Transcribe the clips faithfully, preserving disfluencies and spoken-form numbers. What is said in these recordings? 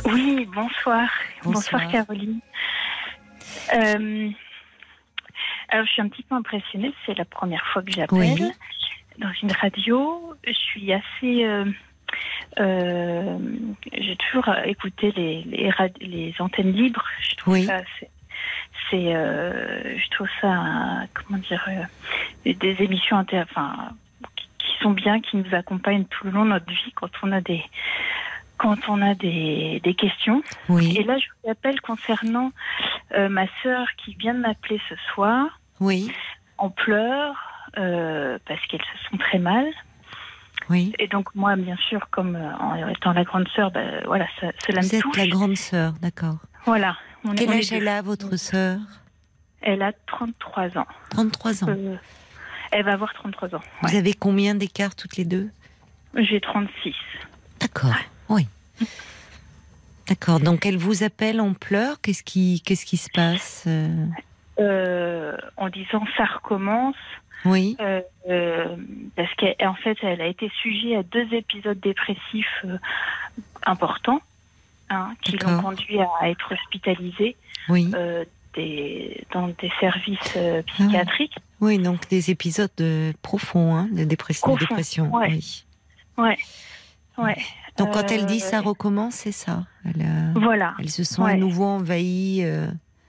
Oui, bonsoir. Bonsoir, bonsoir Caroline. Euh, alors, je suis un petit peu impressionnée. C'est la première fois que j'appelle oui. dans une radio. Je suis assez... Euh, euh, j'ai toujours écouté les, les, rad- les antennes libres. Je trouve Oui. ça... C'est, c'est, euh, je trouve ça... un- comment dire... Euh, des émissions inter- enfin, qui, qui sont bien, qui nous accompagnent tout le long de notre vie quand on a des... quand on a des, des questions. Oui. Et là, je vous appelle concernant euh, ma sœur qui vient de m'appeler ce soir Oui. en pleurs euh, parce qu'elles se sont très mal. Oui. Et donc moi, bien sûr, comme euh, en étant la grande sœur, ben, voilà, ça, cela Vous me êtes touche. la grande sœur, d'accord. Voilà. On est- Quel on est âge elle deux. a, votre sœur? Elle a trente-trois ans. trente-trois ans. Euh, elle va avoir trente-trois ans. Vous Ouais. avez combien d'écart toutes les deux? J'ai trente-six. D'accord, oui. D'accord, donc elle vous appelle en pleurs. Qu'est-ce qui, qu'est-ce qui se passe? euh Euh, en disant ça recommence. Oui, Euh, euh, parce qu'en fait, elle a été sujet à deux épisodes dépressifs euh, importants, hein, qui l'ont D'accord. conduit à être hospitalisée oui. euh, des, dans des services euh, psychiatriques. Oui, donc des épisodes euh, profonds, hein, de dépression. Profonds, dépression ouais. Oui. Ouais, ouais. Donc quand elle dit Euh, ça recommence, c'est ça. Elle, a- Voilà. elle se sent Ouais. à nouveau envahie. euh,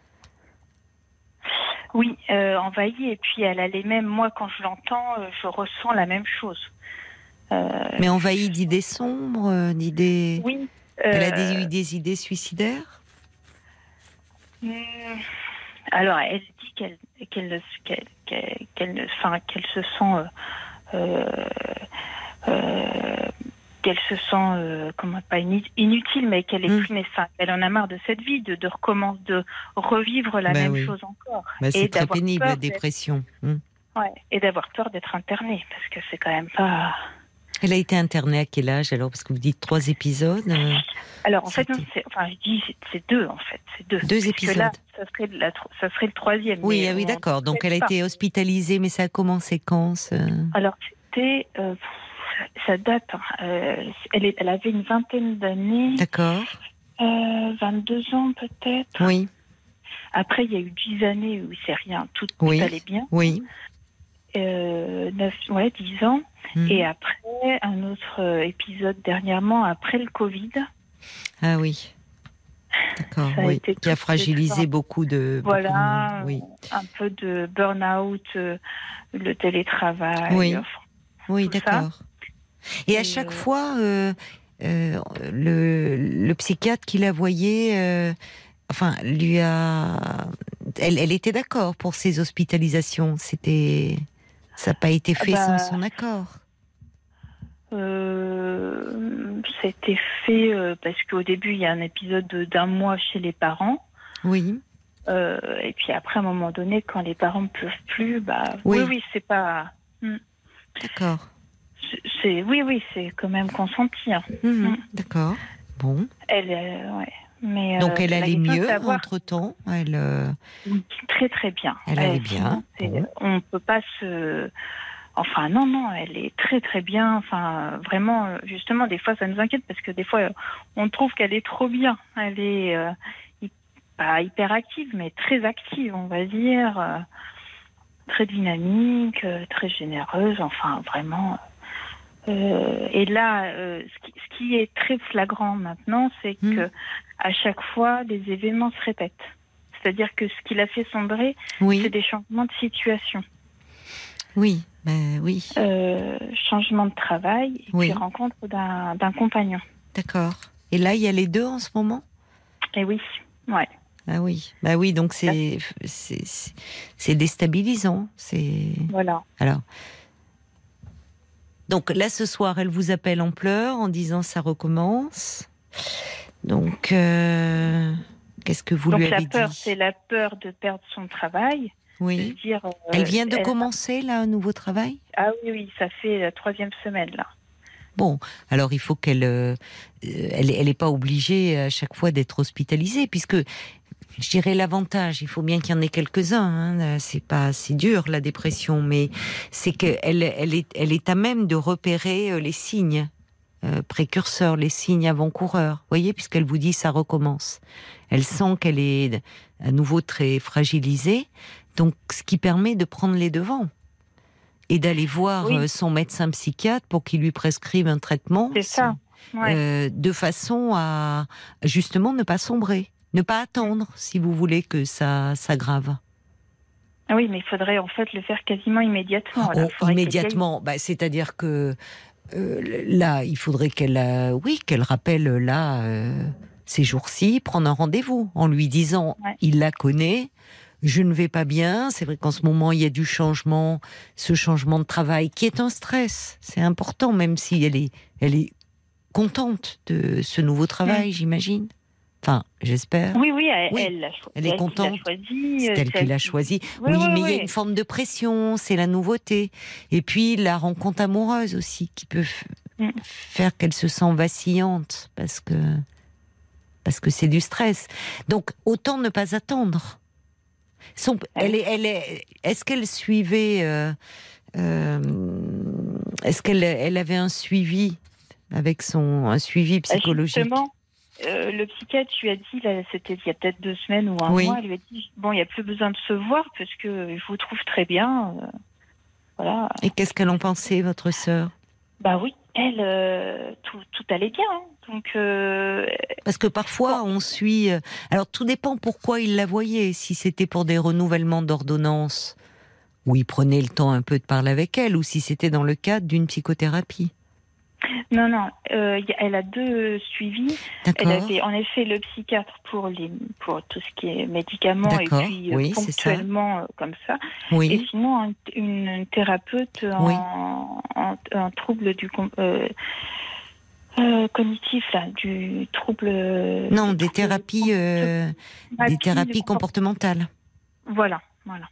Oui, euh, envahie. Et puis elle a les mêmes. Moi, quand je l'entends, euh, je ressens la même chose. Euh, Mais envahie d'idées sombres, euh, d'idées. oui. Elle a euh, des, eu des idées suicidaires? Hmm. Alors, elle dit qu'elle qu'elle qu'elle qu'elle, qu'elle, enfin, qu'elle se sent euh, euh, qu'elle se sent euh, comment pas ini- inutile, mais qu'elle est Mm. plus nécessaire. Elle en a marre de cette vie, de de recommencer, de revivre la Ben même oui. chose encore. Bah, c'est Et très d'avoir pénible peur la d'être- dépression. Mm. Ouais, et d'avoir peur d'être internée, parce que c'est quand même pas. Elle a été internée à quel âge alors? Parce que vous dites trois épisodes. euh, Alors en fait, non, C'était- c'est, enfin, je dis c'est, c'est deux en fait, c'est deux. Deux Puisque épisodes. là, ça serait, la tro- ça serait le troisième. Oui, mais ah oui, on- d'accord. Donc elle a pas. été hospitalisée, mais ça a commencé quand ce- Alors c'était, euh, ça date. Hein. Euh, elle, est, elle avait une vingtaine d'années, D'accord. euh, vingt-deux ans peut-être. Oui, Après, il y a eu dix années où c'est rien, tout, tout oui, allait bien. oui. Euh, neuf, ouais, dix ans. Mm. Et après, un autre euh, épisode dernièrement, après le Covid. Ah oui. D'accord, Ça a oui. été Qui a toute fragilisé cette- beaucoup de. Voilà, beaucoup de monde. Oui. un peu de burn-out, euh, le télétravail. Oui. enfin, Oui, tout ça. d'accord. Et à Et, chaque euh, fois, euh, euh, le, le psychiatre qui la voyait, euh, enfin, lui a. Elle, elle était d'accord pour ces hospitalisations. C'était. Ça n'a pas été fait bah, sans son accord. Euh, c'était fait euh, parce qu'au début, il y a un épisode de- d'un mois chez les parents. Oui. Euh, et puis après, à un moment donné, quand les parents ne peuvent plus, bah, Oui. oui, oui, c'est pas. Hmm. D'accord. C'est, c'est- oui, oui, c'est quand même consenti. Hein. Mhm, Mm. D'accord. Bon. Elle, euh, ouais. Mais, Donc euh, elle la allait question, mieux c'est savoir- entre-temps. Elle. euh, Oui, très très bien. Elle allait Euh, bien, sinon, c'est- bon. On ne peut pas se. Enfin non non, elle est très très bien. Enfin vraiment, euh, justement, des fois ça nous inquiète parce que des fois euh, on trouve qu'elle est trop bien. Elle est euh, hy- pas hyper active, mais très active, on va dire, euh, très dynamique, euh, très généreuse. Enfin vraiment. Euh, et là, euh, ce, qui, ce qui est très flagrant maintenant, c'est Mm. que à chaque fois, les événements se répètent. C'est-à-dire que ce qui l'a fait sombrer, c'est Oui. des changements de situation, Oui. Ben oui. euh, changement de travail et Oui. puis rencontre d'un, d'un compagnon. D'accord. Et là, il y a les deux en ce moment? Et oui, ouais. Ah oui. Bah oui. Donc c'est c'est c'est- c'est déstabilisant. C'est. Voilà. Alors. Donc là, ce soir, elle vous appelle en pleurs en disant ça recommence. Donc, euh, qu'est-ce que vous Donc lui la avez peur, dit? c'est la peur de perdre son travail. De Oui. se dire, euh, Elle vient de commencer là un nouveau travail? Ah oui, oui, ça fait la troisième semaine là. Bon, alors il faut qu'elle, euh, elle, elle est pas obligée à chaque fois d'être hospitalisée, puisque je dirais l'avantage, il faut bien qu'il y en ait quelques-uns. Hein, c'est pas si dur la dépression, mais c'est qu'elle, elle est, elle est à même de repérer les signes. euh, précurseurs, les signes avant-coureurs. Vous voyez, puisqu'elle vous dit ça recommence. Elle sent qu'elle est à nouveau très fragilisée, donc ce qui permet de prendre les devants et d'aller voir Oui. son médecin psychiatre pour qu'il lui prescrive un traitement. C'est ça. Ouais. Euh, de façon à justement ne pas sombrer, ne pas attendre, si vous voulez, que ça s'aggrave. Ah oui, mais il faudrait en fait le faire quasiment immédiatement. Oh, immédiatement, bah, c'est-à-dire que euh, là, il faudrait qu'elle, euh, oui, qu'elle rappelle là euh, ces jours-ci, prendre un rendez-vous en lui disant, ouais. il la connaît. Je ne vais pas bien. C'est vrai qu'en ce moment, il y a du changement, ce changement de travail qui est un stress. C'est important, même si elle est, elle est contente de ce nouveau travail, mmh. j'imagine. Enfin, j'espère. Oui, oui, elle, oui. elle, l'a cho- elle est contente. Choisi, c'est elle qui l'a choisi. Oui, oui, oui mais oui. il y a une forme de pression, c'est la nouveauté. Et puis la rencontre amoureuse aussi, qui peut f- mmh. faire qu'elle se sent vacillante, parce que parce que c'est du stress. Donc autant ne pas attendre. Son, elle est, elle est, est-ce qu'elle suivait euh, euh, Est-ce qu'elle elle avait un suivi avec son un suivi psychologique? Justement, euh, le psychiatre lui a dit, là, c'était il y a peut-être deux semaines ou un oui. mois, il lui a dit bon, il n'y a plus besoin de se voir parce que je vous trouve très bien. Euh, voilà. Et qu'est-ce qu'elle en pensait, votre sœur? Bah oui, elle, euh, tout, tout allait bien. Hein. Donc, euh... Parce que parfois on suit. Alors tout dépend pourquoi il la voyait. Si c'était pour des renouvellements d'ordonnances, où il prenait le temps un peu de parler avec elle, ou si c'était dans le cadre d'une psychothérapie. Non, non, euh, elle a deux suivis. D'accord. Elle avait en effet le psychiatre pour, les, pour tout ce qui est médicaments D'accord. et puis oui, euh, ponctuellement ça. Euh, comme ça. Oui. Et sinon, un, une, une thérapeute en, oui. en, en trouble du euh, euh, cognitif, là, du trouble. Non, du des trouble, thérapies, euh, thérapie, des thérapies comportementales. Voilà, voilà.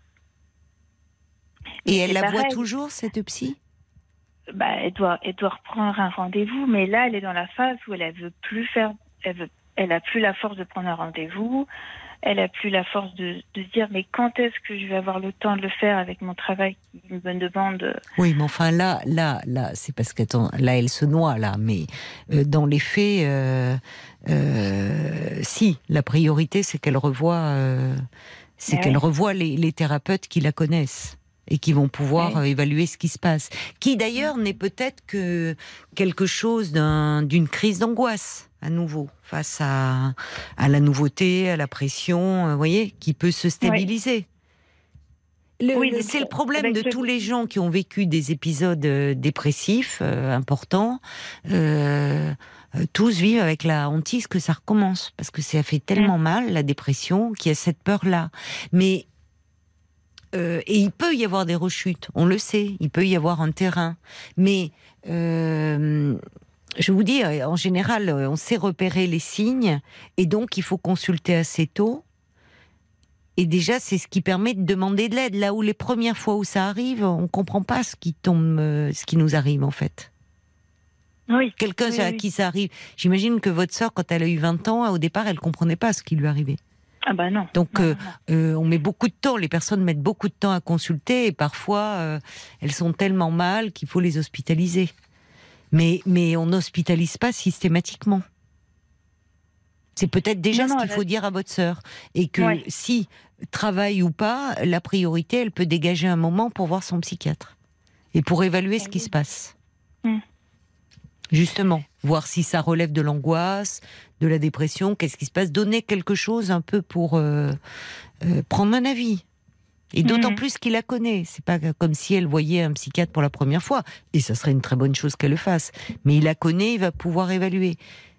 Et elle la voit toujours, cette psy? Bah, elle doit, elle doit reprendre un rendez-vous, mais là, elle est dans la phase où elle, elle veut plus faire, elle veut, elle a plus la force de prendre un rendez-vous, elle a plus la force de, de dire, mais quand est-ce que je vais avoir le temps de le faire avec mon travail qui me demande. Oui, mais enfin là, là, là, c'est parce qu'attends, là, elle se noie là, mais euh, dans les faits, euh, euh, si, la priorité, c'est qu'elle revoie, euh, c'est mais qu'elle oui. revoie les, les thérapeutes qui la connaissent. Et qui vont pouvoir oui. évaluer ce qui se passe. Qui d'ailleurs n'est peut-être que quelque chose d'un, d'une crise d'angoisse, à nouveau, face à, à la nouveauté, à la pression, vous voyez, qui peut se stabiliser. Oui. Le, oui, le, c'est le problème de le... tous les gens qui ont vécu des épisodes euh, dépressifs euh, importants. Euh, euh, tous vivent avec la hantise que ça recommence. Parce que ça fait tellement mmh. mal, la dépression, qu'il y a cette peur-là. Mais Euh, et il peut y avoir des rechutes, on le sait, il peut y avoir un terrain. Mais euh, je vous dis, en général, on sait repérer les signes, et donc il faut consulter assez tôt. Et déjà, c'est ce qui permet de demander de l'aide. Là où les premières fois où ça arrive, on ne comprend pas ce qui tombe, ce qui nous arrive en fait. Oui. Quelqu'un oui, à oui. qui ça arrive. J'imagine que votre sœur, quand elle a eu vingt ans, au départ, elle ne comprenait pas ce qui lui arrivait. Ah bah non. Donc non, euh, non. Euh, on met beaucoup de temps, les personnes mettent beaucoup de temps à consulter et parfois euh, elles sont tellement mal qu'il faut les hospitaliser. Mais, mais on n'hospitalise pas systématiquement. C'est peut-être déjà non, ce qu'il non, faut là... dire à votre sœur. Et que ouais. si, travail ou pas, la priorité, elle peut dégager un moment pour voir son psychiatre. Et pour évaluer ce qui se passe. Mmh. Justement, voir si ça relève de l'angoisse, de la dépression, qu'est-ce qui se passe, donner quelque chose un peu pour euh, euh, prendre un avis. Et d'autant mmh. plus qu'il la connaît. C'est pas comme si elle voyait un psychiatre pour la première fois. Et ça serait une très bonne chose qu'elle le fasse. Mais il la connaît, il va pouvoir évaluer.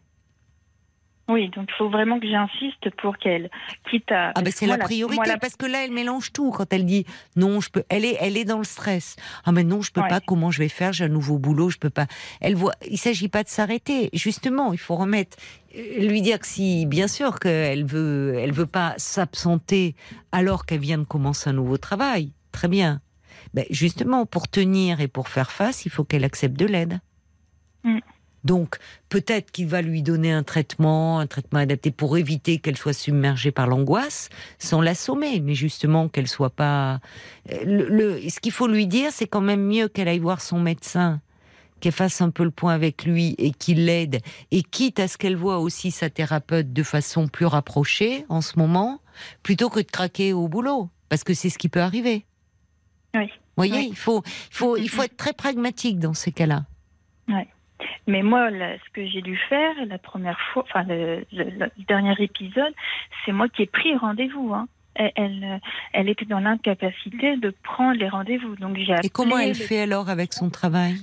Oui, donc il faut vraiment que j'insiste pour qu'elle quitte à... Ah ben c'est la priorité, la... parce que là elle mélange tout. Quand elle dit non, je peux, elle est, elle est dans le stress. Ah mais non, je peux ouais. pas. Comment je vais faire? J'ai un nouveau boulot, je peux pas. Elle voit. Il s'agit pas de s'arrêter. Justement, il faut remettre, lui dire que si, bien sûr qu'elle veut, elle veut pas s'absenter alors qu'elle vient de commencer un nouveau travail. Très bien. Ben justement, pour tenir et pour faire face, il faut qu'elle accepte de l'aide. Mm. Donc, peut-être qu'il va lui donner un traitement, un traitement adapté pour éviter qu'elle soit submergée par l'angoisse, sans l'assommer, mais justement qu'elle soit pas... Le, le, ce qu'il faut lui dire, c'est quand même mieux qu'elle aille voir son médecin, qu'elle fasse un peu le point avec lui et qu'il l'aide, et quitte à ce qu'elle voit aussi sa thérapeute de façon plus rapprochée en ce moment, plutôt que de craquer au boulot, parce que c'est ce qui peut arriver. Oui. Vous voyez, oui. il faut, il faut, il faut être très pragmatique dans ces cas-là. Oui. Mais moi, là, ce que j'ai dû faire la première fois, enfin le, le, le dernier épisode, c'est moi qui ai pris rendez-vous. Hein. Elle, elle, elle était dans l'incapacité de prendre les rendez-vous. Donc j'ai Et comment elle le... fait alors avec son travail?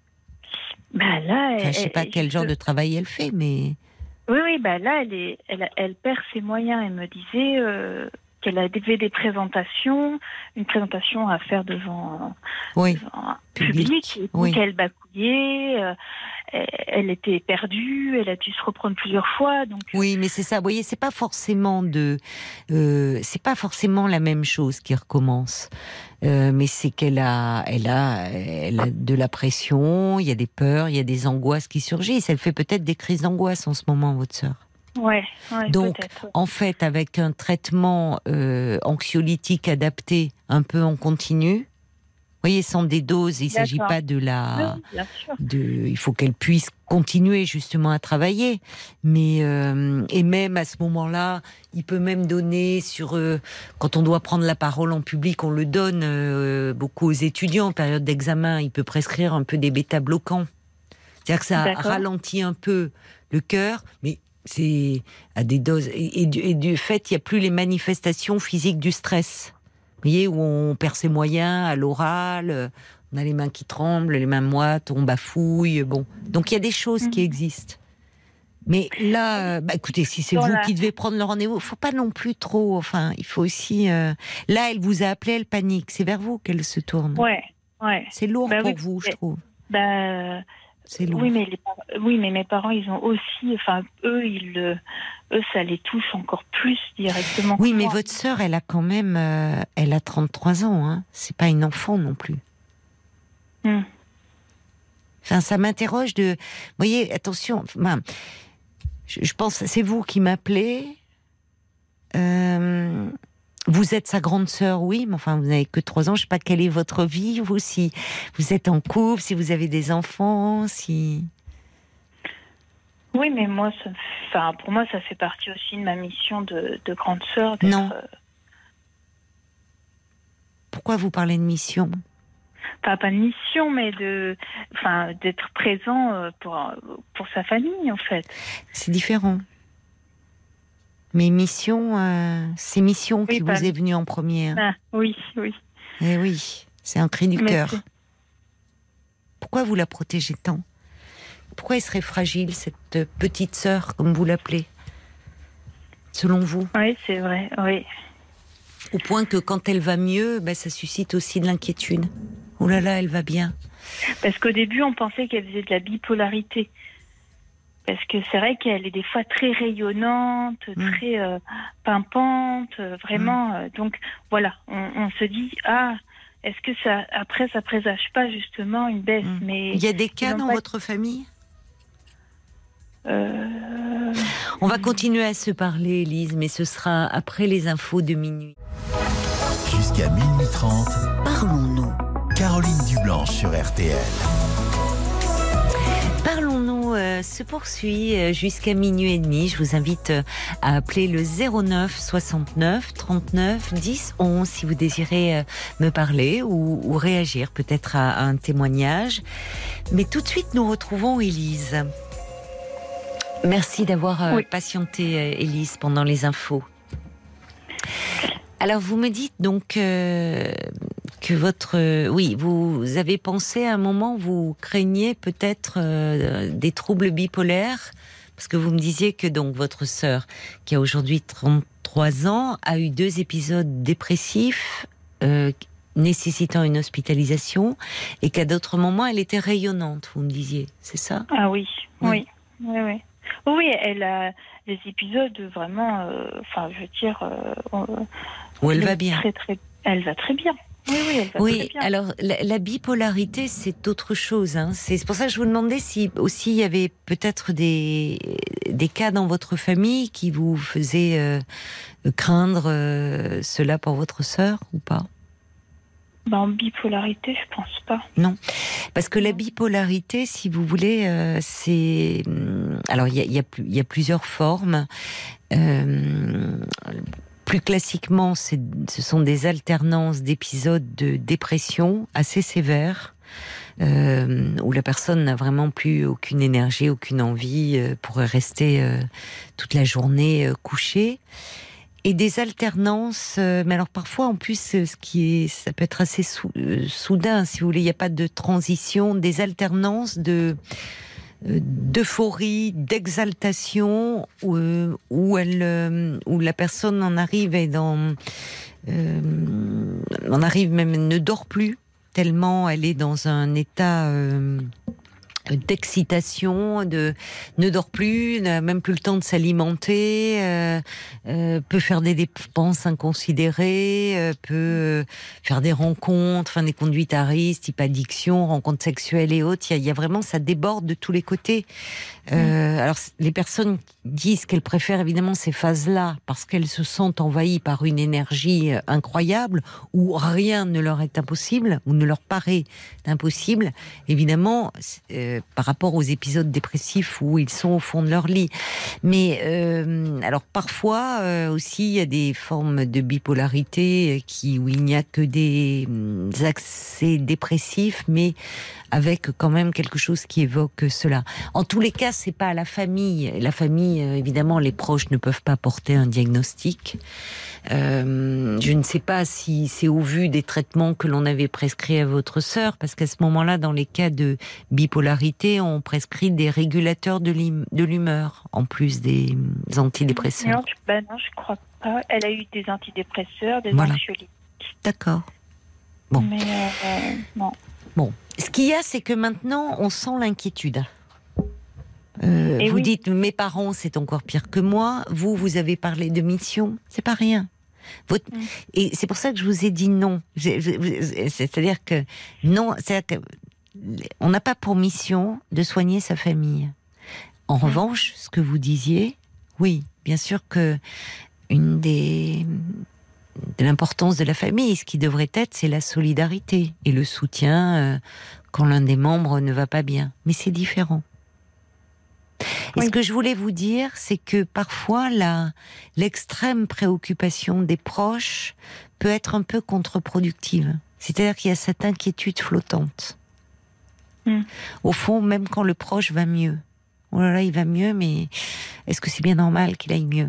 Bah là, enfin, je sais pas elle, quel je... genre de travail elle fait, mais oui, oui, bah là, elle, est, elle, elle perd ses moyens. Elle me disait euh, qu'elle avait des présentations, une présentation à faire devant, oui. devant un public, public, et oui. qu'elle bafouillait. Euh, elle était perdue, elle a dû se reprendre plusieurs fois. Donc... Oui, mais c'est ça. Vous voyez, c'est pas forcément de, euh, c'est pas forcément la même chose qui recommence. Euh, mais c'est qu'elle a, elle a, elle a de la pression. Il y a des peurs, il y a des angoisses qui surgissent. Elle fait peut-être des crises d'angoisse en ce moment, votre sœur. Ouais, ouais, donc, peut-être, ouais. En fait, avec un traitement euh, anxiolytique adapté, un peu en continu. Vous voyez, sans des doses, il ne s'agit pas de la... Oui, bien sûr. De, il faut qu'elle puisse continuer justement à travailler. Mais, euh, et même à ce moment-là, il peut même donner sur... Euh, quand on doit prendre la parole en public, on le donne euh, beaucoup aux étudiants en période d'examen. Il peut prescrire un peu des bêta-bloquants. C'est-à-dire que ça D'accord. ralentit un peu le cœur, mais c'est à des doses... Et, et, du, et du fait, il n'y a plus les manifestations physiques du stress. Vous voyez, où on perd ses moyens à l'oral, on a les mains qui tremblent, les mains moites, on bafouille, bon. Donc il y a des choses mmh. qui existent. Mais là, bah, écoutez, si c'est Dans vous la... qui devez prendre le rendez-vous, il ne faut pas non plus trop, enfin, il faut aussi... Euh... Là, elle vous a appelé, elle panique, c'est vers vous qu'elle se tourne. Ouais, ouais. C'est lourd bah, pour oui, vous, je trouve. Bah... C'est lourd. Oui, mais les par... oui, mais mes parents, ils ont aussi, enfin, eux, ils, eux, ça les touche encore plus directement. Oui, mais moi. Votre sœur, elle a quand même, euh, elle a trente-trois ans, hein. C'est pas une enfant non plus. Mm. Enfin, ça m'interroge de, vous voyez, attention, enfin, je, je pense, c'est vous qui m'appelez. Euh... Vous êtes sa grande sœur, oui, mais enfin, vous n'avez que trois ans. Je ne sais pas quelle est votre vie, vous, si vous êtes en couple, si vous avez des enfants, si... Oui, mais moi, ça, enfin, pour moi, ça fait partie aussi de ma mission de, de grande sœur. Non. Euh... Pourquoi vous parlez de mission ? Enfin, pas de mission, mais de, enfin, d'être présent pour, pour sa famille, en fait. C'est différent. Mais mission, euh, c'est mission oui, qui vous est venue en premier. Hein. Ah, oui, oui. Eh oui, c'est un cri du Mais cœur. c'est... Pourquoi vous la protégez tant ? Pourquoi elle serait fragile, cette petite sœur, comme vous l'appelez, selon vous ? Oui, c'est vrai, oui. Au point que quand elle va mieux, ben, ça suscite aussi de l'inquiétude. Oh là là, elle va bien. Parce qu'au début, on pensait qu'elle faisait de la bipolarité. Parce que c'est vrai qu'elle est des fois très rayonnante, mmh. très euh, pimpante, euh, vraiment. Mmh. Euh, donc voilà, on, on se dit, ah, est-ce que ça, après, ça présage pas justement une baisse mmh. Mais il y a des cas dans pas... votre famille ? euh... On va continuer à se parler, Élise, mais ce sera après les infos de minuit. Jusqu'à minuit trente, parlons-nous. Caroline Dublanche sur R T L. Parlons-nous euh, se poursuit euh, jusqu'à minuit et demi. Je vous invite euh, à appeler le zéro neuf soixante-neuf trente-neuf dix onze si vous désirez euh, me parler ou, ou réagir peut-être à, à un témoignage. Mais tout de suite, nous retrouvons Élise. Merci d'avoir euh, oui. patienté, euh, Élise, pendant les infos. Alors, vous me dites donc euh, que votre... Euh, oui, vous avez pensé à un moment, vous craigniez peut-être euh, des troubles bipolaires, parce que vous me disiez que donc votre sœur, qui a aujourd'hui trente-trois ans, a eu deux épisodes dépressifs euh, nécessitant une hospitalisation, et qu'à d'autres moments, elle était rayonnante, vous me disiez, c'est ça ? Ah oui, oui, oui, oui. oui. Oui, elle a des épisodes vraiment, euh, enfin, je veux dire... Euh, Où elle va bien. Très, très, elle va très bien. Oui, oui, elle va oui, très bien. Alors, la, la bipolarité, c'est autre chose. Hein. C'est pour ça que je vous demandais si aussi il y avait peut-être des, des cas dans votre famille qui vous faisaient euh, craindre euh, cela pour votre sœur ou pas ? Ben, en bipolarité, je pense pas. Non, parce que la bipolarité, si vous voulez, euh, c'est... Alors, il y a, y, a, y a plusieurs formes. Euh, plus classiquement, c'est, ce sont des alternances d'épisodes de dépression assez sévères, euh, où la personne n'a vraiment plus aucune énergie, aucune envie, euh, pourrait rester euh, toute la journée euh, couchée. Et des alternances, euh, mais alors parfois en plus, ce qui est, ça peut être assez sou, euh, soudain, si vous voulez, il n'y a pas de transition, des alternances de euh, d'euphorie, d'exaltation, où, euh, où elle, euh, où la personne en arrive et dans, euh, en arrive même ne dort plus tellement elle est dans un état euh, d'excitation, de ne dort plus, n'a même plus le temps de s'alimenter, euh, euh, peut faire des dépenses inconsidérées, euh, peut euh, faire des rencontres, enfin des conduites à risque, type addiction, rencontres sexuelles et autres. Il y a, il y a vraiment, ça déborde de tous les côtés. Euh, alors les personnes disent qu'elles préfèrent évidemment ces phases-là parce qu'elles se sentent envahies par une énergie incroyable où rien ne leur est impossible ou ne leur paraît impossible. Évidemment. Euh, par rapport aux épisodes dépressifs où ils sont au fond de leur lit. Mais euh, alors parfois euh, aussi il y a des formes de bipolarité qui, où il n'y a que des accès dépressifs, mais avec quand même quelque chose qui évoque cela. En tous les cas, c'est pas à la famille. La famille, évidemment, les proches ne peuvent pas porter un diagnostic. Euh, je ne sais pas si c'est au vu des traitements que l'on avait prescrits à votre sœur, parce qu'à ce moment-là, dans les cas de bipolarité, on prescrit des régulateurs de l'humeur, en plus des antidépresseurs. Non, ben non, je crois pas. Elle a eu des antidépresseurs, des voilà. anxiolytiques. D'accord. Bon. Mais euh, non. Bon. Ce qu'il y a, c'est que maintenant, on sent l'inquiétude. Euh, vous oui. dites, mes parents, c'est encore pire que moi. Vous, vous avez parlé de mission. C'est pas rien. Votre... Mm. Et c'est pour ça que je vous ai dit non. C'est-à-dire que non, c'est-à-dire que on n'a pas pour mission de soigner sa famille. En mm. revanche, ce que vous disiez, oui, bien sûr que une des de l'importance de la famille, ce qui devrait être, c'est la solidarité et le soutien euh, quand l'un des membres ne va pas bien. Mais c'est différent. Et oui. Ce que je voulais vous dire, c'est que parfois, la, l'extrême préoccupation des proches peut être un peu contre-productive. C'est-à-dire qu'il y a cette inquiétude flottante. Mm. Au fond, même quand le proche va mieux. Oh là là, il va mieux, mais est-ce que c'est bien normal qu'il aille mieux ?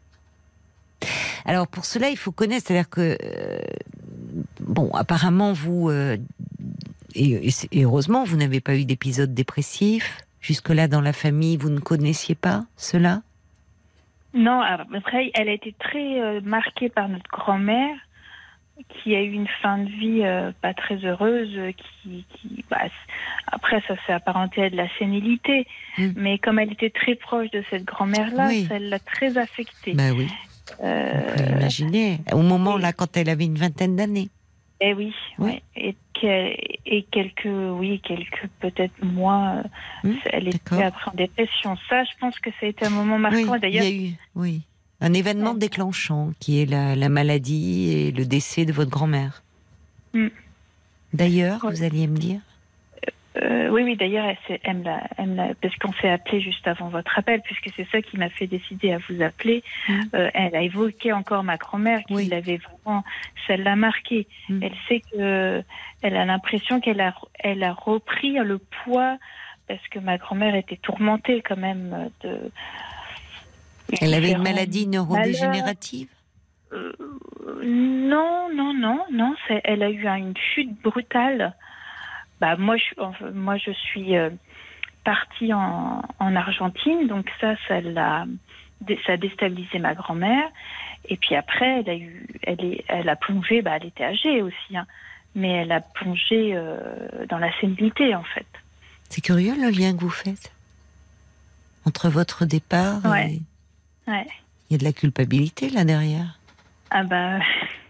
Alors pour cela, il faut connaître, c'est-à-dire que euh, bon, apparemment vous euh, et, et heureusement vous n'avez pas eu d'épisode dépressif jusque-là dans la famille. Vous ne connaissiez pas cela ? Non. Après, elle a été très euh, marquée par notre grand-mère, qui a eu une fin de vie euh, pas très heureuse. Qui, qui bah, après, ça s'est apparenté à de la sénilité. Mmh. Mais comme elle était très proche de cette grand-mère-là, oui. Ça l'a très affectée. Bah oui. Euh, On peut imaginer. Au moment et, là, quand elle avait une vingtaine d'années. Eh oui, oui. Ouais. Et, que, et quelques, oui, quelques peut-être mois, mmh, elle était d'accord. Après en dépression. Ça, je pense que ça a été un moment marquant. Oui, d'ailleurs, il y a eu, oui, un événement ouais. déclenchant qui est la, la maladie et le décès de votre grand-mère. Mmh. D'ailleurs, ouais. vous alliez me dire. Euh, oui, oui, d'ailleurs, elle, elle, me l'a, elle me l'a, parce qu'on s'est appelé juste avant votre appel, puisque c'est ça qui m'a fait décider à vous appeler. Mmh. Euh, elle a évoqué encore ma grand-mère, qui oui. l'avait vraiment, ça l'a marquée. Mmh. Elle sait que, elle a l'impression qu'elle a, elle a repris le poids, parce que ma grand-mère était tourmentée quand même de. Elle avait une maladie neurodégénérative. Euh, non, non, non, non. C'est, elle a eu une chute brutale. Bah, moi, je, moi, je suis euh, partie en, en Argentine, donc ça, ça l'a, ça a déstabilisé ma grand-mère. Et puis après, elle a eu, elle est, elle a plongé. Bah, elle était âgée aussi, hein, mais elle a plongé euh, dans la sénilité, en fait. C'est curieux le lien que vous faites entre votre départ ouais. et ouais. il y a de la culpabilité là derrière. Ah bah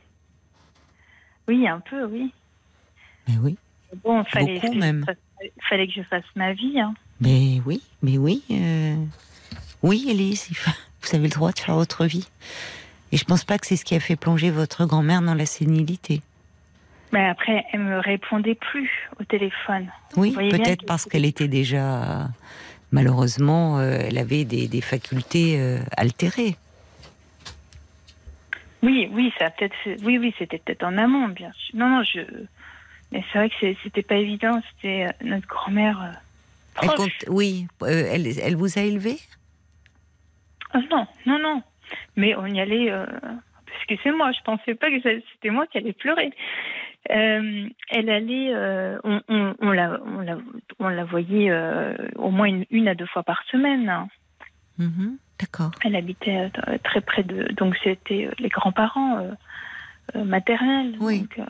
oui, un peu, oui. Mais oui. Bon, fallait, Beaucoup même. Il fallait que je fasse ma vie. Hein. Mais oui, mais oui. Euh... Oui, Élise, vous avez le droit de faire votre vie. Et je pense pas que c'est ce qui a fait plonger votre grand-mère dans la sénilité. Mais après, elle me répondait plus au téléphone. Oui, peut-être parce qu'elle était déjà, malheureusement, euh, elle avait des, des facultés euh, altérées. Oui, oui, ça a peut-être, oui, oui, c'était peut-être en amont, bien sûr. Non, non, je. Mais c'est vrai que c'est, c'était pas évident. C'était euh, notre grand-mère. Euh, elle compte, oui, euh, elle, elle vous a élevé? Oh, non, non, non. Mais on y allait. Euh, parce que c'est moi. Je pensais pas que ça, c'était moi qui allais pleurer. Euh, elle allait. Euh, on, on, on la, on la, on la voyait euh, au moins une, une à deux fois par semaine. Hein. Mmh, d'accord. Elle habitait euh, très près de. Donc c'était euh, les grands-parents euh, euh, maternels. Oui. Donc, euh,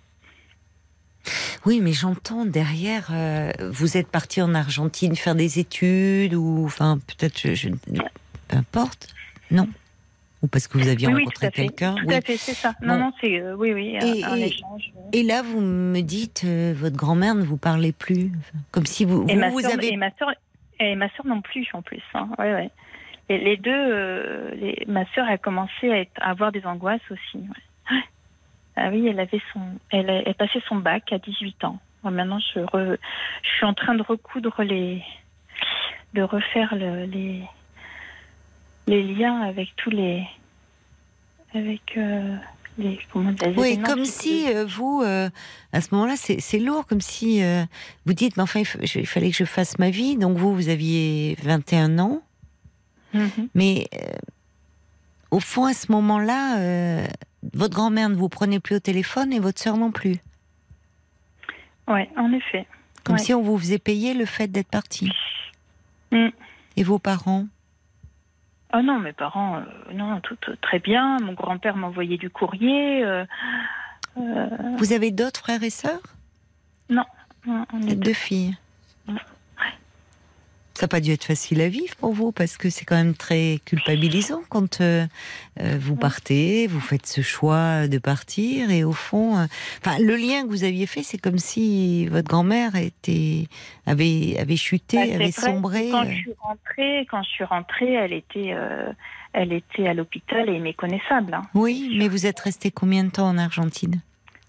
Oui, mais j'entends derrière, euh, vous êtes parti en Argentine faire des études ou, enfin, peut-être, je, je, peu importe, non? Ou parce que vous aviez oui, rencontré oui, quelqu'un? Tout oui. à fait, c'est ça. Bon. Non, non, c'est euh, oui, oui, et, un, un et, échange. Et là, vous me dites, euh, votre grand-mère ne vous parlait plus, comme si vous, Et vous, ma vous soeur, avez. Et ma soeur, et ma soeur non plus, en plus. Hein. Ouais, ouais. Et les deux, euh, les, ma soeur a commencé à, être, à avoir des angoisses aussi. Ouais. Ah oui, elle avait son, elle a, elle passait son bac à dix-huit ans. Bon, maintenant, je, re, je suis en train de recoudre les, de refaire le, les, les liens avec tous les, avec euh, les, comment dire, les Oui, événements comme si euh, vous, euh, à ce moment-là, c'est, c'est lourd, comme si euh, vous dites, mais enfin, il, f- il fallait que je fasse ma vie. Donc vous, vous aviez vingt et un ans, mm-hmm. mais euh, au fond, à ce moment-là, euh, votre grand-mère ne vous prenait plus au téléphone et votre sœur non plus. Oui, en effet. Comme ouais. si on vous faisait payer le fait d'être parti. Mm. Et vos parents? Oh non, mes parents, euh, non, tout, tout très bien. Mon grand-père m'envoyait du courrier. Euh, euh... Vous avez d'autres frères et sœurs? Non, non, on est deux, deux filles. Ouais. Ça n'a pas dû être facile à vivre pour vous, parce que c'est quand même très culpabilisant quand euh, euh, vous partez, vous faites ce choix de partir, et au fond, euh, enfin, le lien que vous aviez fait, c'est comme si votre grand-mère était, avait, avait chuté, bah, avait vrai, sombré. Quand je suis rentrée, quand je suis rentrée, elle était, euh, elle était à l'hôpital et méconnaissable. Hein. Oui, mais vous êtes resté combien de temps en Argentine?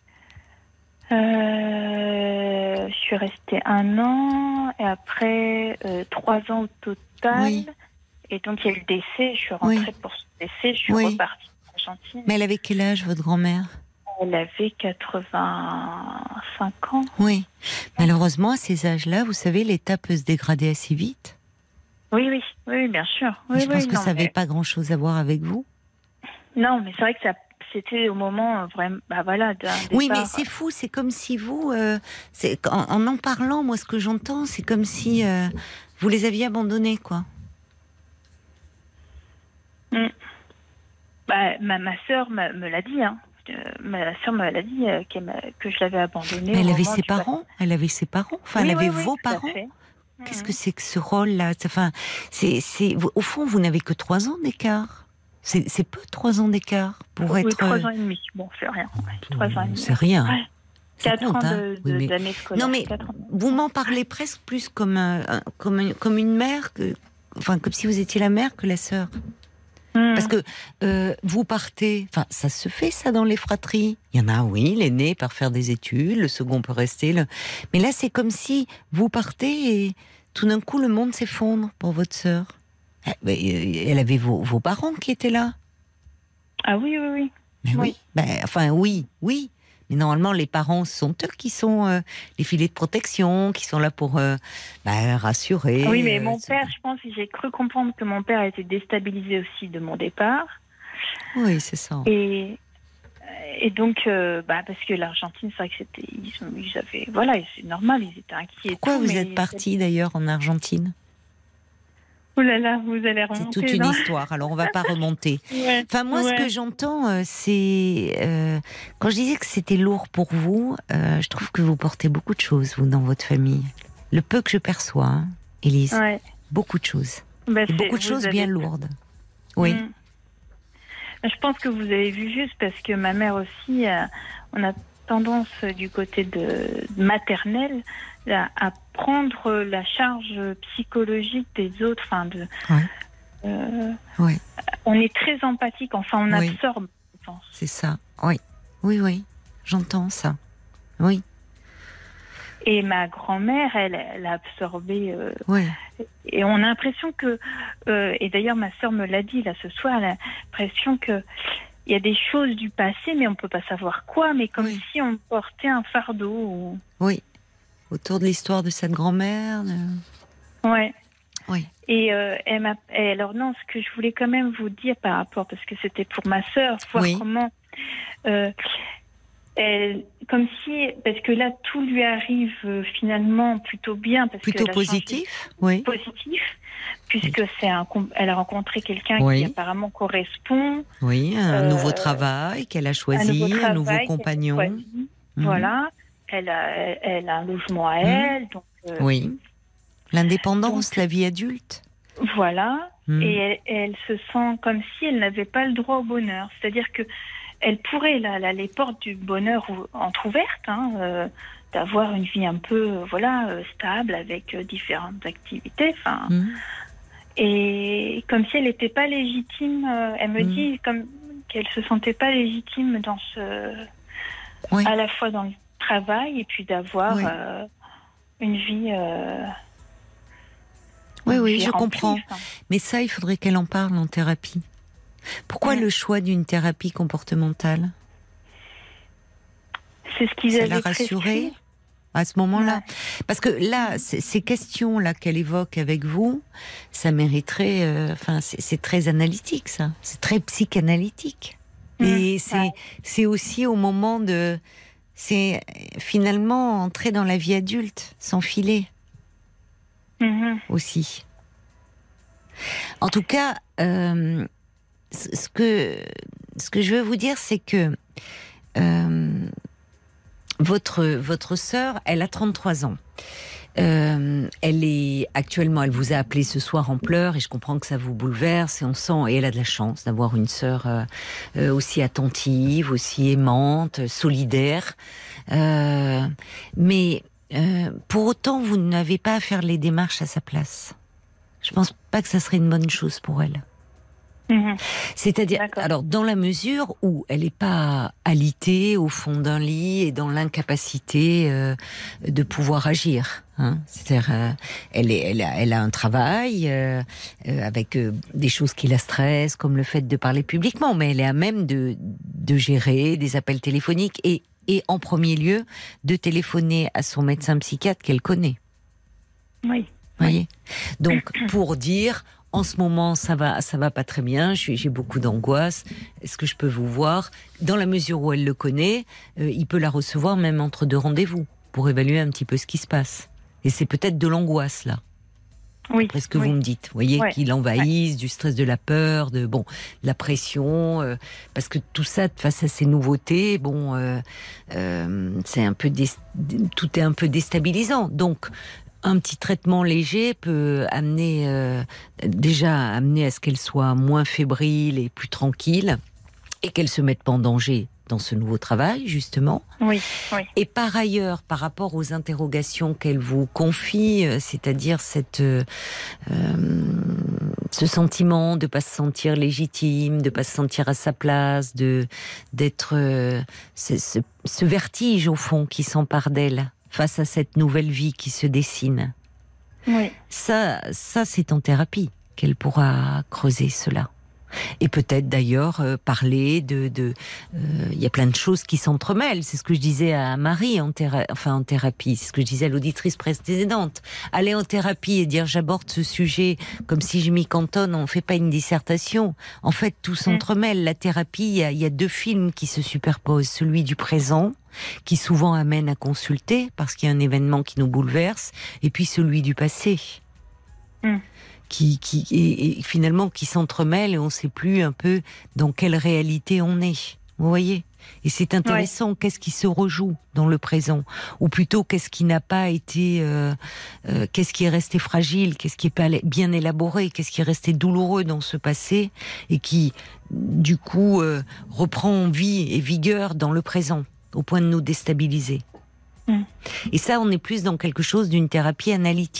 Euh, je suis restée un an et après euh, trois ans au total. Oui. Et donc il y a eu le décès. Je suis rentrée Oui. pour son décès. Je suis Oui. repartie en Argentine. Mais elle avait quel âge, votre grand-mère? Elle avait quatre-vingt-cinq ans. Oui. Malheureusement, à ces âges-là, vous savez, l'état peut se dégrader assez vite. Oui, oui, oui, bien sûr. Oui, je pense oui, que non, ça n'avait mais... pas grand-chose à voir avec vous. Non, mais c'est vrai que ça, c'était au moment vraiment, bah voilà, d'un Oui, départ. mais c'est fou, c'est comme si vous, euh, c'est, en, en en parlant, moi, ce que j'entends, c'est comme si euh, vous les aviez abandonnés, quoi. Mm. Bah, ma, ma sœur me, me l'a dit, hein. Euh, ma sœur me l'a dit euh, qu'elle m'a, que je l'avais abandonnée. Mais elle au avait moment ses du parents, elle avait ses parents, enfin, oui, elle avait oui, vos oui, tout à parents. fait. Qu'est-ce Mm. que c'est que ce rôle-là? Enfin, c'est, c'est, vous- au fond, vous n'avez que trois ans d'écart. C'est, c'est peu trois ans d'écart pour oui, être. trois ans et demi. Bon, c'est rien. Ouais, trois ans et demi. C'est rien. Ouais. Ça Quatre compte, ans hein. de, Oui, de, mais- d'années scolaires. Non, mais Quatre ans. vous m'en parlez presque plus comme, un- un- comme, un- comme une mère, que, enfin, comme si vous étiez la mère que la sœur. Mm. Parce que euh, vous partez, enfin, ça se fait ça dans les fratries. Il y en a, oui, l'aîné part faire des études, le second peut rester. Le... Mais là, c'est comme si vous partez et tout d'un coup, le monde s'effondre pour votre sœur. Elle avait vos, vos parents qui étaient là. Ah oui, oui, oui. Mais oui, Oui. ben, enfin oui, oui. Mais normalement, les parents sont eux qui sont euh, les filets de protection, qui sont là pour euh, ben, rassurer. Oui, mais euh, mon c'est- père, je pense que j'ai cru comprendre que mon père était déstabilisé aussi de mon départ. Oui, c'est ça. Et, et donc, euh, bah, parce que l'Argentine, c'est vrai que c'était. Ils, ils avaient. Voilà, c'est normal, ils étaient inquiets. et Pourquoi tout, vous mais êtes ils parti d'ailleurs en Argentine? étaient- Oh là là, vous allez remonter. C'est toute une non histoire, alors on va pas remonter. Ouais, Enfin, moi, ouais. ce que j'entends, euh, c'est... euh, quand je disais que c'était lourd pour vous, euh, je trouve que vous portez beaucoup de choses, vous, dans votre famille. Le peu que je perçois, hein, Élise, Ouais. beaucoup de choses. Bah, Et c'est- beaucoup de vous choses avez- bien lourdes. Oui. Mm. Je pense que vous avez vu juste parce que ma mère aussi, euh, on a tendance euh, du côté de maternelle à, à prendre la charge psychologique des autres. Enfin, de, Ouais. euh, Ouais. on est très empathique. Enfin, on Oui. absorbe, je pense. C'est ça, oui. Oui, oui, j'entends ça. Oui. Et ma grand-mère, elle, elle a absorbé. Euh, ouais. Et on a l'impression que, euh, et d'ailleurs ma sœur me l'a dit là ce soir, elle a l'impression que il y a des choses du passé, mais on peut pas savoir quoi, mais comme oui. si on portait un fardeau. Ou... Oui. Autour de l'histoire de cette grand-mère. De... Ouais. Oui. Et, euh, elle m'a... et alors non, ce que je voulais quand même vous dire par rapport, parce que c'était pour ma sœur, voir oui. comment, euh, elle, comme si, parce que là tout lui arrive euh, finalement plutôt bien, parce plutôt que positif, oui. Positif, puisque oui. c'est un, elle a rencontré quelqu'un oui. qui apparemment correspond. Oui, un euh, nouveau travail qu'elle a choisi, un nouveau, travail, un nouveau compagnon. Mmh. Voilà, elle a, elle, elle a un logement à mmh. elle, donc. Euh, oui. L'indépendance, donc, la vie adulte. Voilà, mmh. et elle, elle se sent comme si elle n'avait pas le droit au bonheur. C'est-à-dire que elle pourrait, là, là les portes du bonheur entrouvertes, hein, euh, d'avoir une vie un peu, euh, voilà, euh, stable avec euh, différentes activités. Enfin, mmh. et comme si elle n'était pas légitime. Euh, elle me mmh. dit comme qu'elle se sentait pas légitime dans ce, oui. à la fois dans le travail et puis d'avoir oui. euh, une vie. Euh, Oui, oui, je comprends. Mais ça, il faudrait qu'elle en parle en thérapie. Pourquoi mmh. le choix d'une thérapie comportementale ? C'est ce qu'ils ça avaient l'a rassurée à ce moment-là. Ouais. Parce que là, ces questions-là qu'elle évoque avec vous, ça mériterait... Euh, enfin, c'est, c'est très analytique, ça. C'est très psychanalytique. Mmh. Et c'est, ouais. c'est aussi au moment de... C'est finalement entrer dans la vie adulte, s'enfiler. Mmh. Aussi. En tout cas, euh, ce que ce que je veux vous dire, c'est que euh, votre votre sœur, elle a trente-trois ans. Euh, elle est actuellement, elle vous a appelé ce soir en pleurs et je comprends que ça vous bouleverse et on sent, et elle a de la chance d'avoir une sœur euh, euh, aussi attentive, aussi aimante, solidaire. Euh, mais Euh, pour autant, vous n'avez pas à faire les démarches à sa place. Je pense pas que ça serait une bonne chose pour elle. Mmh. C'est-à-dire, D'accord. alors dans la mesure où elle n'est pas alitée au fond d'un lit et dans l'incapacité euh, de pouvoir agir. Hein. C'est-à-dire, euh, elle, est, elle, a, elle a un travail euh, euh, avec euh, des choses qui la stressent, comme le fait de parler publiquement, mais elle est à même de, de gérer des appels téléphoniques et et en premier lieu, de téléphoner à son médecin psychiatre qu'elle connaît. Oui. Voyez ? Donc, pour dire, en ce moment, ça va, ça va pas très bien, j'ai, j'ai beaucoup d'angoisse, est-ce que je peux vous voir ? Dans la mesure où elle le connaît, euh, il peut la recevoir même entre deux rendez-vous, pour évaluer un petit peu ce qui se passe. Et c'est peut-être de l'angoisse, là. Oui. Après ce que oui. vous me dites, vous voyez, ouais. qu'il envahisse, ouais. du stress, de la peur, de bon, de la pression, euh, parce que tout ça, face à ces nouveautés, bon, euh, euh, c'est un peu, dé- tout est un peu déstabilisant. Donc, un petit traitement léger peut amener, euh, déjà amener à ce qu'elle soit moins fébrile et plus tranquille, et qu'elle se mette pas en danger dans ce nouveau travail, justement. Oui, oui. Et par ailleurs, par rapport aux interrogations qu'elle vous confie, c'est-à-dire cette, euh, ce sentiment de ne pas se sentir légitime, de ne pas se sentir à sa place, de, d'être... Euh, ce, ce, ce vertige, au fond, qui s'empare d'elle face à cette nouvelle vie qui se dessine. Oui. Ça, ça c'est en thérapie qu'elle pourra creuser cela. Et peut-être d'ailleurs euh, parler de, de, il euh, y a plein de choses qui s'entremêlent. C'est ce que je disais à Marie en théra- enfin en thérapie. C'est ce que je disais à l'auditrice précédente. Aller en thérapie et dire j'aborde ce sujet comme si je m'y cantonne, on fait pas une dissertation. En fait, tout s'entremêle. La thérapie, il y a, y a deux films qui se superposent. Celui du présent, qui souvent amène à consulter parce qu'il y a un événement qui nous bouleverse, et puis celui du passé. Mm. Qui, qui et, et finalement qui s'entremêlent et on ne sait plus un peu dans quelle réalité on est. Vous voyez ? Et c'est intéressant. Ouais. Qu'est-ce qui se rejoue dans le présent ? Ou plutôt, qu'est-ce qui n'a pas été... Euh, euh, qu'est-ce qui est resté fragile ? Qu'est-ce qui est pas bien élaboré ? Qu'est-ce qui est resté douloureux dans ce passé ? Et qui, du coup, euh, reprend vie et vigueur dans le présent, au point de nous déstabiliser. Mm. Et ça, on est plus dans quelque chose d'une thérapie analytique.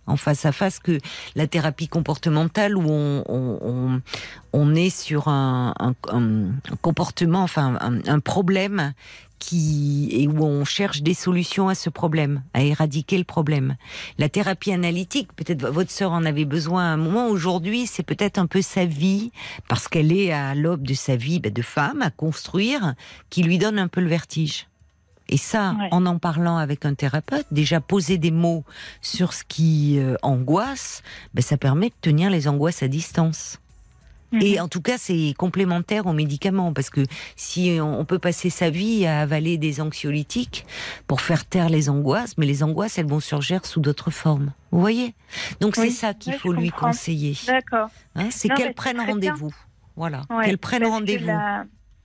en face à face que la thérapie comportementale où on, on, on, on est sur un, un, un comportement, enfin un, un problème qui et où on cherche des solutions à ce problème, à éradiquer le problème. La thérapie analytique, peut-être votre sœur en avait besoin à un moment. Aujourd'hui, c'est peut-être un peu sa vie, parce qu'elle est à l'aube de sa vie de femme à construire, qui lui donne un peu le vertige. Et ça, ouais. en en parlant avec un thérapeute, déjà poser des mots sur ce qui euh, angoisse, ben, ça permet de tenir les angoisses à distance. Mmh. Et en tout cas, c'est complémentaire aux médicaments, parce que si on peut passer sa vie à avaler des anxiolytiques pour faire taire les angoisses, mais les angoisses, elles vont surgir sous d'autres formes. Vous voyez ? Donc oui. c'est ça qu'il oui, faut lui comprends. conseiller. D'accord. Hein, c'est non, qu'elle prenne rendez-vous. Bien. Voilà. Ouais, qu'elle prenne rendez-vous. La...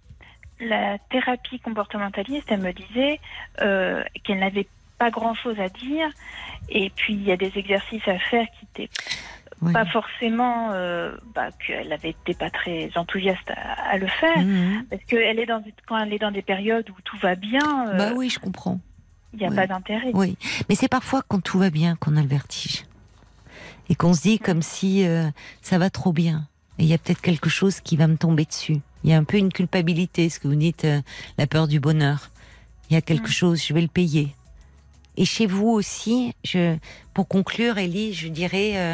La thérapie comportementaliste, elle me disait euh, qu'elle n'avait pas grand-chose à dire, et puis il y a des exercices à faire qui étaient oui. pas forcément, euh, bah, qu'elle n'avait été pas très enthousiaste à, à le faire, mmh. parce que elle est dans quand elle est dans des périodes où tout va bien. Euh, bah oui, je comprends. Il n'y a oui. pas d'intérêt. Oui, mais c'est parfois quand tout va bien qu'on a le vertige, et qu'on se dit mmh. comme si euh, ça va trop bien, et il y a peut-être quelque chose qui va me tomber dessus. Il y a un peu une culpabilité, ce que vous dites, euh, la peur du bonheur. Il y a quelque mmh. chose, je vais le payer. Et chez vous aussi, je, pour conclure, Élie, je dirais, euh,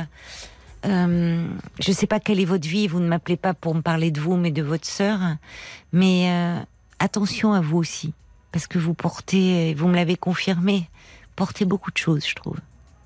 euh, je ne sais pas quelle est votre vie, vous ne m'appelez pas pour me parler de vous, mais de votre sœur, mais euh, attention à vous aussi, parce que vous portez, vous me l'avez confirmé, portez beaucoup de choses, je trouve.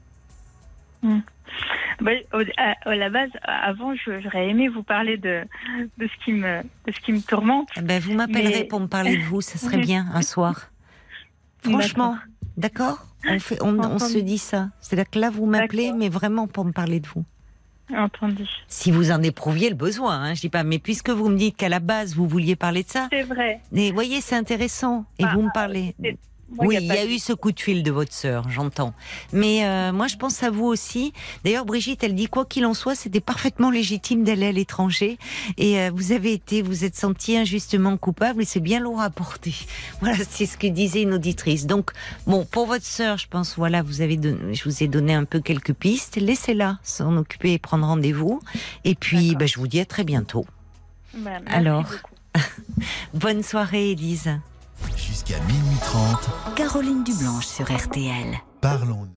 Mmh. Bah, à, à la base, avant, j'aurais aimé vous parler de, de, ce, qui me, de ce qui me tourmente. Ben, vous m'appellerez mais... pour me parler de vous, ça serait bien, un soir. Franchement, d'accord, d'accord on, fait, on, on se dit ça. C'est-à-dire que là, vous m'appelez, d'accord. mais vraiment pour me parler de vous. Entendu. Si vous en éprouviez le besoin, hein, je dis pas, mais puisque vous me dites qu'à la base, vous vouliez parler de ça. C'est vrai. Mais vous voyez, c'est intéressant. Et bah, vous me parlez... C'est... Moi, oui, il y a, y a eu ce coup de fil de votre sœur, j'entends. Mais euh, moi, je pense à vous aussi. D'ailleurs, Brigitte, elle dit quoi qu'il en soit, c'était parfaitement légitime d'aller à l'étranger. Et euh, vous avez été, vous êtes senti injustement coupable, et c'est bien lourd à porter. Voilà, c'est ce que disait une auditrice. Donc, bon, pour votre sœur, je pense, voilà, vous avez donné, je vous ai donné un peu quelques pistes. Laissez-la s'en occuper et prendre rendez-vous. Et puis, bah, je vous dis à très bientôt. Bah, Alors, bonne soirée, Élise. Jusqu'à minuit trente. Caroline Dublanche sur R T L. Parlons.